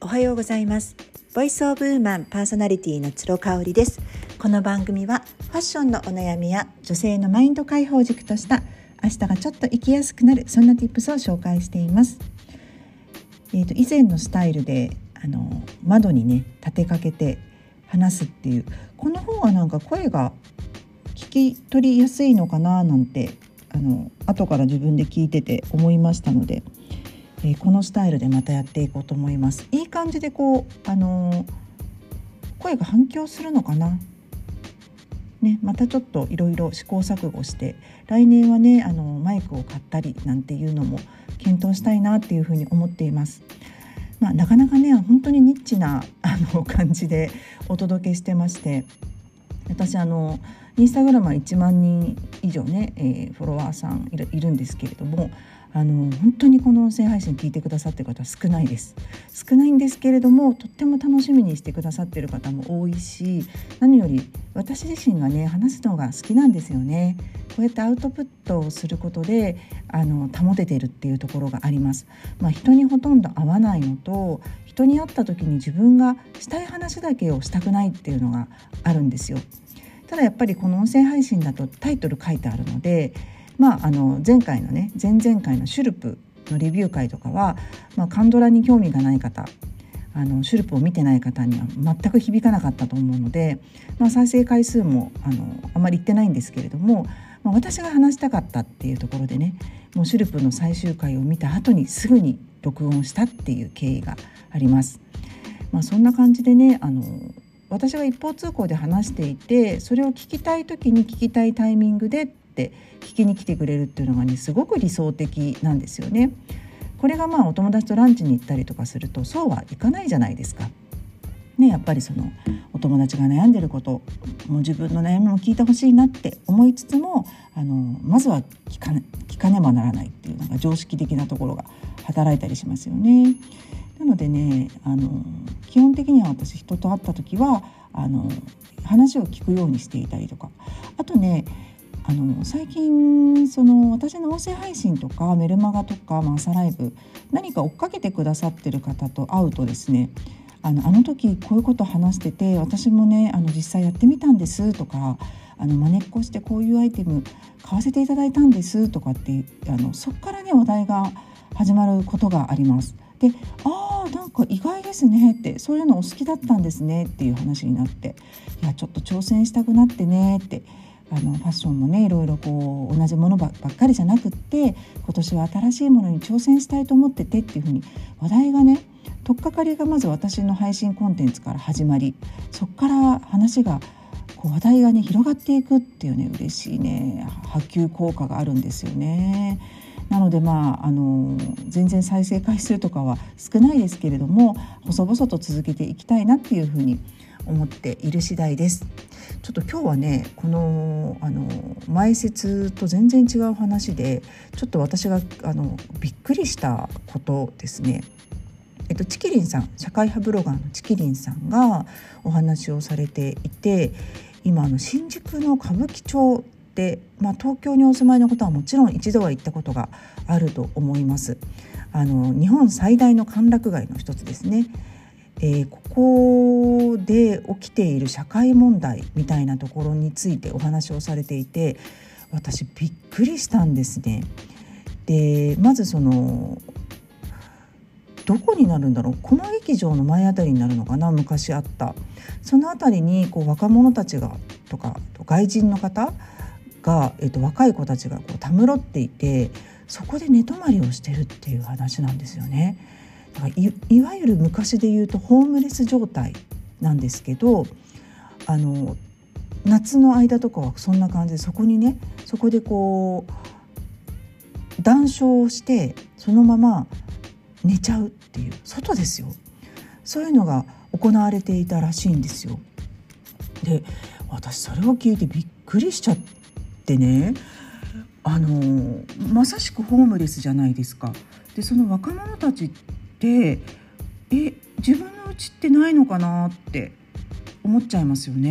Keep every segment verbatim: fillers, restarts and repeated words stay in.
おはようございます。ボイスオブウーマンパーソナリティの鶴香織です。この番組はファッションのお悩みや女性のマインド解放軸とした明日がちょっと生きやすくなる、そんな tips を紹介しています。えーと、以前のスタイルであの窓にね立てかけて話すっていう、この方がなんか声が聞き取りやすいのかななんてあの後から自分で聞いてて思いましたので、えー、このスタイルでまたやっていこうと思います。いい感じでこう、あのー、声が反響するのかな、ね、またちょっといろいろ試行錯誤して来年はねあのマイクを買ったりなんていうのも検討したいなっていうふうに思っています。まあ、なかなかね本当にニッチなあの感じでお届けしてまして、私あのインスタグラムはいちまんにん以上ね、えー、フォロワーさんいる、いるんですけれども、あの本当にこの音声配信聞いてくださっている方は少ないです少ないんですけれども、とっても楽しみにしてくださっている方も多いし、何より私自身がね話すのが好きなんですよね。こうやってアウトプットをすることであの保てているっていうところがあります。まあ、人にほとんど会わないのと、人に会った時に自分がしたい話だけをしたくないっていうのがあるんですよ。ただやっぱりこの音声配信だとタイトル書いてあるので、まあ、あの前回のね前々回のシュルプのレビュー会とかは、まあ、カンドラに興味がない方、あのシュルプを見てない方には全く響かなかったと思うので、まあ、再生回数もあのあまりいってないんですけれども、まあ、私が話したかったっていうところでね、もうシュルプの最終回を見た後にすぐに録音したっていう経緯があります。まあ、そんな感じでね、あの私が一方通行で話していて、それを聞きたい時に聞きたいタイミングでって聞きに来てくれるっていうのがねすごく理想的なんですよね。これがまあお友達とランチに行ったりとかするとそうはいかないじゃないですかね。やっぱりそのお友達が悩んでること、もう自分の悩みも聞いてほしいなって思いつつも、あのまずは聞かね、聞かねばならないっていうのが常識的なところが働いたりしますよね。なのでね、あの基本的には私人と会った時はあの話を聞くようにしていたりとか、あとねあの最近その私の音声配信とかメルマガとか、まあ、朝ライブ何か追っかけてくださってる方と会うとですね、あのあの時こういうこと話してて私もねあの実際やってみたんですとか、あの真似っこしてこういうアイテム買わせていただいたんですとかって、あのそこからね話題が始まることがあります。で、あーなんか意外ですねって、そういうのお好きだったんですねっていう話になって、いやちょっと挑戦したくなってねって、あのファッションもねいろいろこう同じものばっかりじゃなくって、今年は新しいものに挑戦したいと思っててっていうふうに話題がね、取っかかりがまず私の配信コンテンツから始まり、そこから話がこう話題がね広がっていくっていうね、嬉しいね波及効果があるんですよね。なのでまあ、あの全然再生回数とかは少ないですけれども、細々と続けていきたいなっていうふうに思っている次第です。ちょっと今日はねこのあの前説と全然違う話で、ちょっと私があのびっくりしたことですね。えっと、チキリンさん、社会派ブロガーのチキリンさんがお話をされていて、今あの新宿の歌舞伎町で、まあ、東京にお住まいの方はもちろん一度は行ったことがあると思います。あの日本最大の歓楽街の一つですね。えー、ここで起きている社会問題みたいなところについてお話をされていて、私びっくりしたんですね。でまずそのどこになるんだろう、駒劇場の前あたりになるのかな、昔あったそのあたりにこう若者たちがとか外人の方が、えっと、若い子たちがこうたむろっていて、そこで寝泊まりをしてるっていう話なんですよね。だから い, いわゆる昔で言うとホームレス状態なんですけど、あの夏の間とかはそんな感じで、そこにねそこでこう談笑をしてそのまま寝ちゃうっていう、外ですよ、そういうのが行われていたらしいんですよ。で私それを聞いてびっくりしちゃってね、あのまさしくホームレスじゃないですか。でその若者たちってえ自分の家ってないのかなって思っちゃいますよね。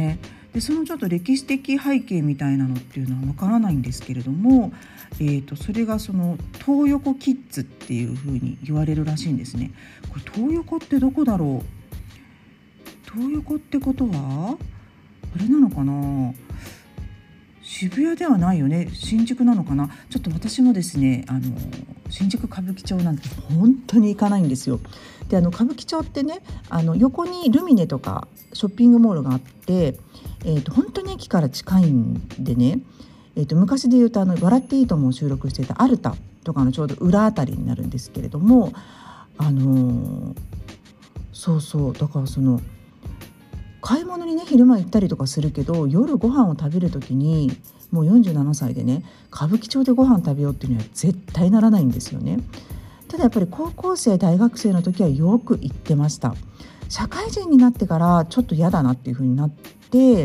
でそのちょっと歴史的背景みたいなのっていうのはわからないんですけれども、えー、とそれがその東横キッズっていう風に言われるらしいんですね。これ東横ってどこだろう。東横ってことはあれなのかな、渋谷ではないよね、新宿なのかな。ちょっと私もですね、あの新宿歌舞伎町なんて本当に行かないんですよ。であの歌舞伎町ってね、あの横にルミネとかショッピングモールがあって、えー、と本当に駅から近いんでね、えー、と昔で言うとあの笑っていいともを収録していたアルタとかのちょうど裏あたりになるんですけれども、あのー、そうそう、だからその買い物にね昼間行ったりとかするけど、夜ご飯を食べる時にもうよんじゅうななさいでね、歌舞伎町でご飯食べようっていうには絶対ならないんですよね。ただやっぱり高校生大学生の時はよく行ってました。社会人になってからちょっと嫌だなっていう風になって、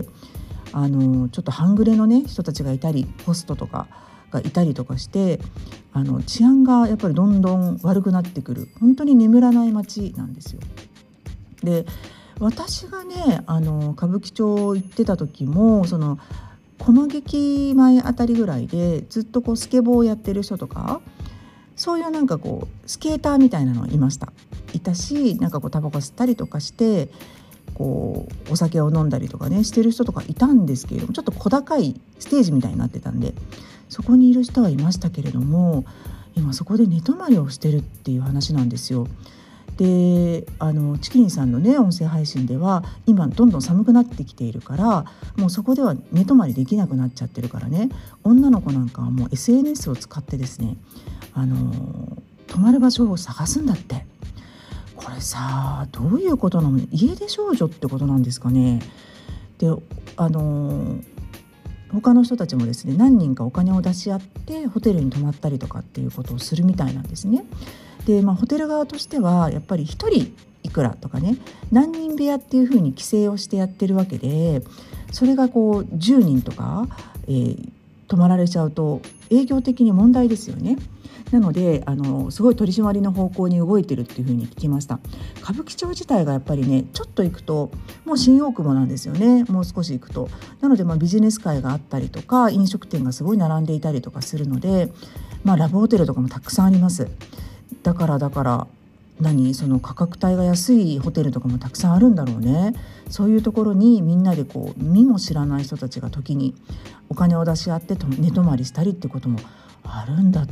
あのちょっと半グレのね人たちがいたり、ホストとかがいたりとかして、あの治安がやっぱりどんどん悪くなってくる、本当に眠らない街なんですよ。で私がね、あの歌舞伎町行ってた時も、その駒劇前あたりぐらいでずっとこうスケボーをやってる人とか、そういうなんかこうスケーターみたいなのいましたいたし、なんかこうタバコ吸ったりとかしてこうお酒を飲んだりとかねしてる人とかいたんですけれども、ちょっと小高いステージみたいになってたんでそこにいる人はいましたけれども、今そこで寝泊まりをしてるっていう話なんですよ。であのチキンさんのね音声配信では今どんどん寒くなってきているから、もうそこでは寝泊まりできなくなっちゃってるからね、女の子なんかはもう エスエヌエス を使ってですね、あの泊まる場所を探すんだって。これさどういうことなの、家出少女ってことなんですかね。であの他の人たちもですね、何人かお金を出し合ってホテルに泊まったりとかっていうことをするみたいなんですね。で、まあ、ホテル側としてはやっぱりひとりいくらとかね、何人部屋っていうふうに規制をしてやってるわけで、それがこうじゅうにんとか、えー、泊まられちゃうと営業的に問題ですよね。なのであのすごい取り締まりの方向に動いてるっていうふうに聞きました。歌舞伎町自体がやっぱりね、ちょっと行くともう新大久保なんですよね。もう少し行くと、なのでまあビジネス街があったりとか飲食店がすごい並んでいたりとかするので、まあ、ラブホテルとかもたくさんあります。だからだから何その価格帯が安いホテルとかもたくさんあるんだろうね。そういうところにみんなでこう見も知らない人たちが時にお金を出し合ってと寝泊まりしたりってこともあるんだって。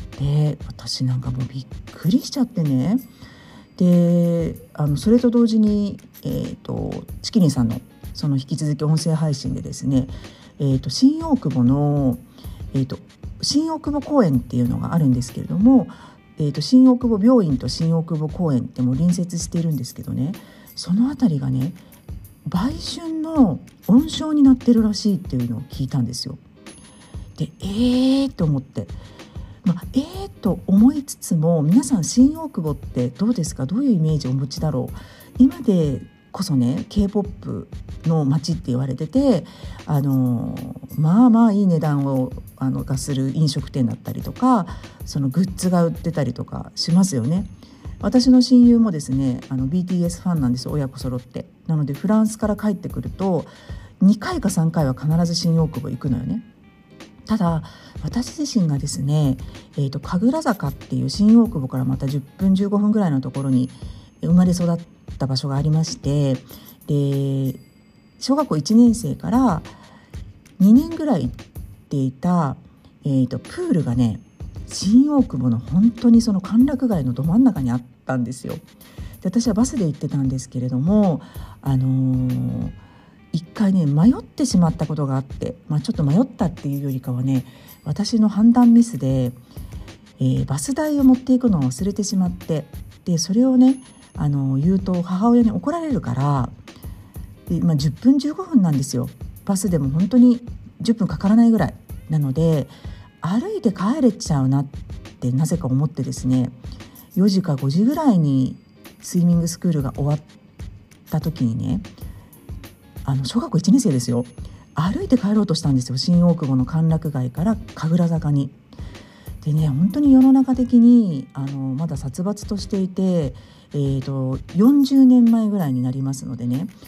私なんかもうびっくりしちゃってね。であのそれと同時に、えー、とチキリンさんのその引き続き音声配信でですね、えー、と新大久保の、えー、と新大久保公園っていうのがあるんですけれども、えー、と新大久保病院と新大久保公園ってもう隣接しているんですけどね、そのあたりがね売春の温床になってるらしいっていうのを聞いたんですよ。でえーと思って、まあ、えーと思いつつも、皆さん新大久保ってどうですか、どういうイメージをお持ちだろう。今でこそね K-ポップ の街って言われてて、あのまあまあいい値段をあのがする飲食店だったりとか、そのグッズが売ってたりとかしますよね。私の親友もですね、あの ビーティーエス ファンなんですよ、親子揃って。なのでフランスから帰ってくるとにかいかさんかいは必ず新大久保行くのよね。ただ私自身がですね、えーと、神楽坂っていう新大久保からまたじゅっぷんじゅうごふんぐらいのところに生まれ育った場所がありまして、で小学校いちねん生からにねんぐらい行っていた、えーと、プールがね新大久保の本当にその歓楽街のど真ん中にあったんですよ。で私はバスで行ってたんですけれども、あのー一回ね迷ってしまったことがあって、まあ、ちょっと迷ったっていうよりかはね、私の判断ミスで、えー、バス代を持っていくのを忘れてしまって、でそれをねあの言うと母親に怒られるから、で、まあ、じゅっぷんじゅうごふんなんですよ。バスでも本当にじゅっぷんかからないぐらいなので、歩いて帰れちゃうなってなぜか思ってですね、よじかごじぐらいにスイミングスクールが終わった時にね、あの小学校いちねん生ですよ、歩いて帰ろうとしたんですよ、新大久保の歓楽街から神楽坂に。でね、本当に世の中的にあのまだ殺伐としていて、えーと、よんじゅうねんまえぐらいになりますのでね、あ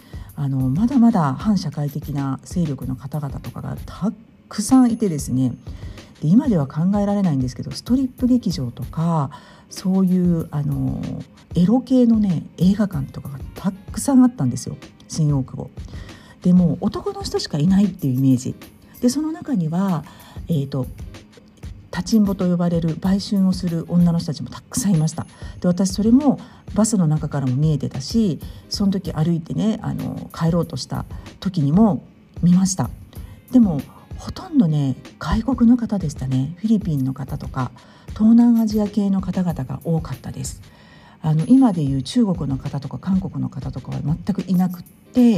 あのまだまだ反社会的な勢力の方々とかがたくさんいてですね、で今では考えられないんですけど、ストリップ劇場とかそういうあのエロ系のね映画館とかがたくさんあったんですよ、新大久保で。もう男の人しかいないっていうイメージで、その中には、えーと立ちんぼと呼ばれる売春をする女の人たちもたくさんいました。で私それもバスの中からも見えてたし、その時歩いてねあの帰ろうとした時にも見ました。でもほとんどね外国の方でしたね。フィリピンの方とか東南アジア系の方々が多かったです。あの今でいう中国の方とか韓国の方とかは全くいなくって、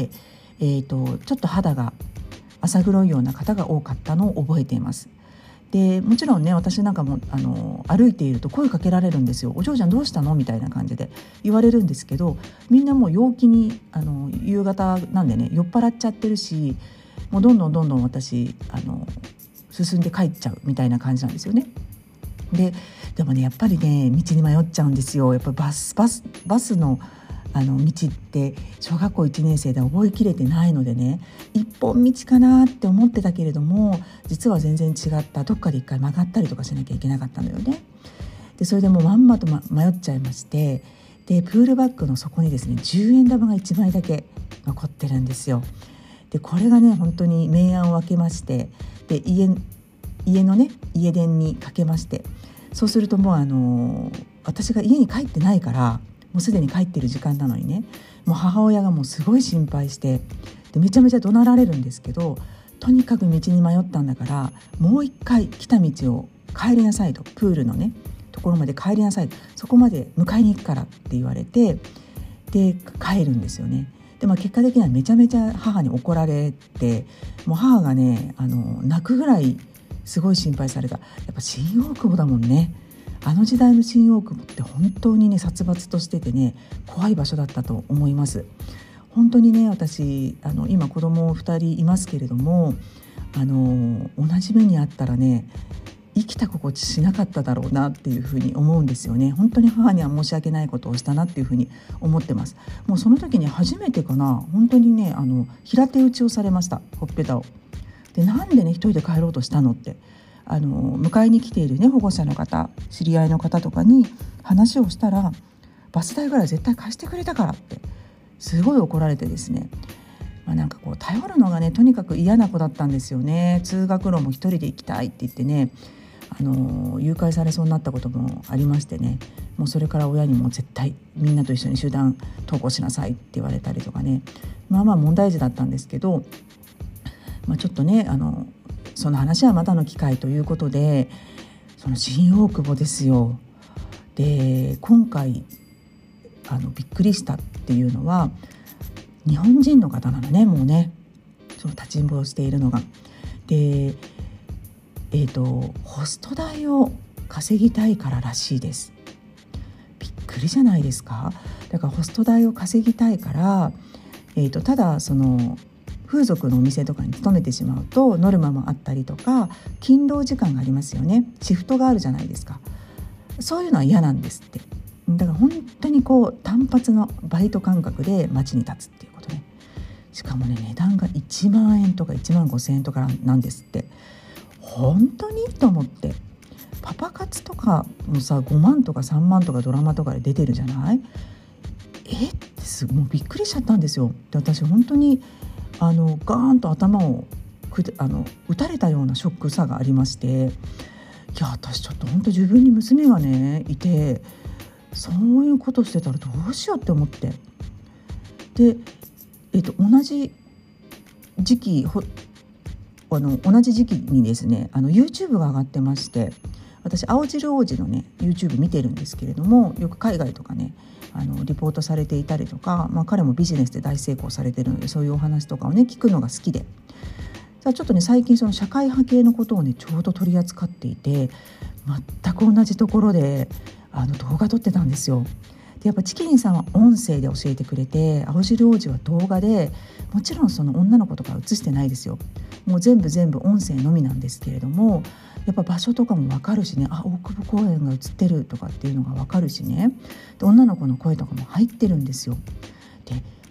えーと、ちょっと肌が浅黒いような方が多かったのを覚えています。でもちろんね私なんかもあの歩いていると声かけられるんですよ。お嬢ちゃんどうしたのみたいな感じで言われるんですけど、みんなもう陽気にあの夕方なんでね酔っ払っちゃってるし、もうどんどんどんどん私あの進んで帰っちゃうみたいな感じなんですよね。ででもねやっぱりね道に迷っちゃうんですよ。やっぱりバスバスバスのあの道って小学校いちねん生で覚えきれてないのでね、一本道かなって思ってたけれども実は全然違った、どっかで一回曲がったりとかしなきゃいけなかったのよね。でそれでもうまんまと、ま、迷っちゃいまして、でプールバッグの底にですねじゅうえん玉がいちまいだけ残ってるんですよ。でこれがね本当に明暗を分けまして、で 家, 家のね家電にかけまして、そうするともうあの私が家に帰ってないから、もうすでに帰ってる時間なのにね、もう母親がもうすごい心配して、でめちゃめちゃ怒鳴られるんですけど、とにかく道に迷ったんだからもう一回来た道を帰りなさいと、プールのねところまで帰りなさい、そこまで迎えに行くからって言われて、で帰るんですよね。で、まあ、結果的にはめちゃめちゃ母に怒られて、もう母がねあの泣くぐらいすごい心配された。やっぱ新大久保だもんね。あの時代の新大久保って本当にね殺伐としててね怖い場所だったと思います。本当にね私あの今子供ふたりいますけれども、あの同じ目にあったらね生きた心地しなかっただろうなっていうふうに思うんですよね。本当に母には申し訳ないことをしたなっていうふうに思ってます。もうその時に初めてかな、本当にねあの平手打ちをされました、ほっぺたを。でなんでね一人で帰ろうとしたのって、あの迎えに来ているね保護者の方、知り合いの方とかに話をしたら、バス代ぐらい絶対貸してくれたからってすごい怒られてですね、まあ、なんかこう頼るのがねとにかく嫌な子だったんですよね。通学路も一人で行きたいって言ってね、あの誘拐されそうになったこともありましてね、もうそれから親にも絶対みんなと一緒に集団登校しなさいって言われたりとかね、まあまあ問題児だったんですけど、まあ、ちょっとねあのその話はまたの機会ということで、その新大久保ですよ。で今回あのびっくりしたっていうのは、日本人の方なのね、もうねその立ちんぼをしているのが。でえーとホスト代を稼ぎたいかららしいです。びっくりじゃないですか。だからホスト代を稼ぎたいから、えーとただその風俗のお店とかに勤めてしまうとノルマもあったりとか勤労時間がありますよね。シフトがあるじゃないですか。そういうのは嫌なんですって。だから本当にこう単発のバイト感覚で街に立つっていうことね。しかもね値段がいちまんえんとかいちまんごせんえんとかなんですって。本当にと思って、パパ活とかもさごまんとかさんまんとかドラマとかで出てるじゃない。えってすもうびっくりしちゃったんですよ。で私本当にあのガーンと頭をくあの打たれたようなショックさがありまして、いや私ちょっと本当自分に娘がねいてそういうことしてたらどうしようって思って、で、えっと、同じ時期ほあの同じ時期にですねあの YouTube が上がってまして、私青汁王子のね YouTube 見てるんですけれども、よく海外とかねあのリポートされていたりとか、まあ、彼もビジネスで大成功されているのでそういうお話とかをね聞くのが好きで、ちょっとね最近その社会派系のことをねちょうど取り扱っていて、全く同じところであの動画撮ってたんですよ。でやっぱチキンさんは音声で教えてくれて、青汁王子は動画で、もちろんその女の子とか映してないですよ。もう全部全部音声のみなんですけれども、やっぱ場所とかも分かるしね、あ大久保公園が映ってるとかっていうのが分かるしね、で女の子の声とかも入ってるんですよ。で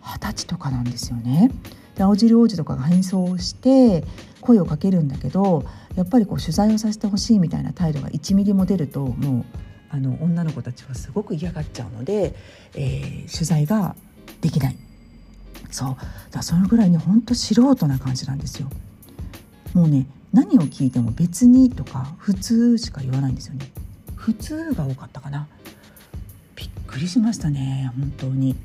はたちとかなんですよね。で青汁王子とかが変装して声をかけるんだけど、やっぱりこう取材をさせてほしいみたいな態度がいちミリも出ると、もうあの女の子たちはすごく嫌がっちゃうので、えー、取材ができない。そうだからそのぐらいね、ほんと素人な感じなんですよ。もうね、何を聞いても別にとか普通しか言わないんですよね。普通が多かったかな。びっくりしましたね、本当に。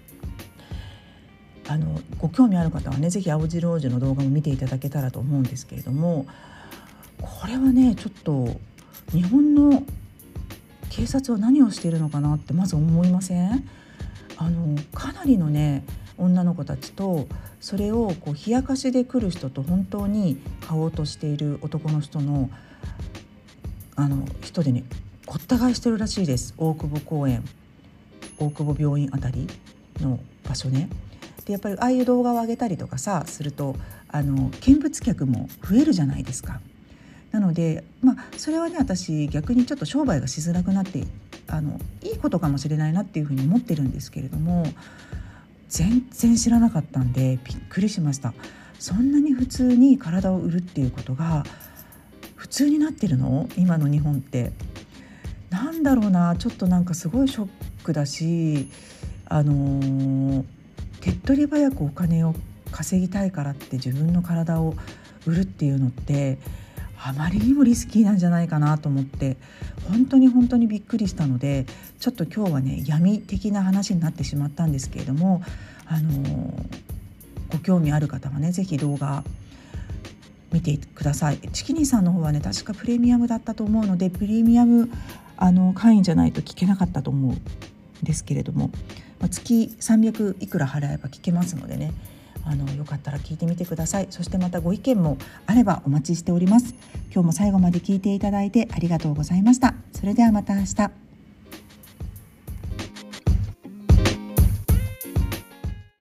あのご興味ある方はね、ぜひ青汁王子の動画も見ていただけたらと思うんですけれども、これはねちょっと日本の警察は何をしているのかなってまず思いません？あのかなりのね女の子たちと、それをこう冷やかしで来る人と本当に買おうとしている男の人のあの人でねごった返してるらしいです。大久保公園、大久保病院あたりの場所ね。でやっぱりああいう動画を上げたりとかさすると、あの見物客も増えるじゃないですか。なので、まあ、それはね私逆にちょっと商売がしづらくなって、あのいいことかもしれないなっていうふうに思ってるんですけれども、全然知らなかったんでびっくりしました。そんなに普通に体を売るっていうことが普通になってるの？今の日本って。なんだろうな、ちょっとなんかすごいショックだし、あのー、手っ取り早くお金を稼ぎたいからって自分の体を売るっていうのってあまりにもリスキーなんじゃないかなと思って、本当に本当にびっくりしたので、ちょっと今日はね闇的な話になってしまったんですけれども、あのー、ご興味ある方はねぜひ動画見てください。チキニーさんの方はね確かプレミアムだったと思うので、プレミアムあの会員じゃないと聞けなかったと思うんですけれども、まあ、月さんびゃくいくら払えば聞けますのでね、あのよかったら聞いてみてください。そしてまたご意見もあればお待ちしております。今日も最後まで聞いていただいてありがとうございました。それではまた明日。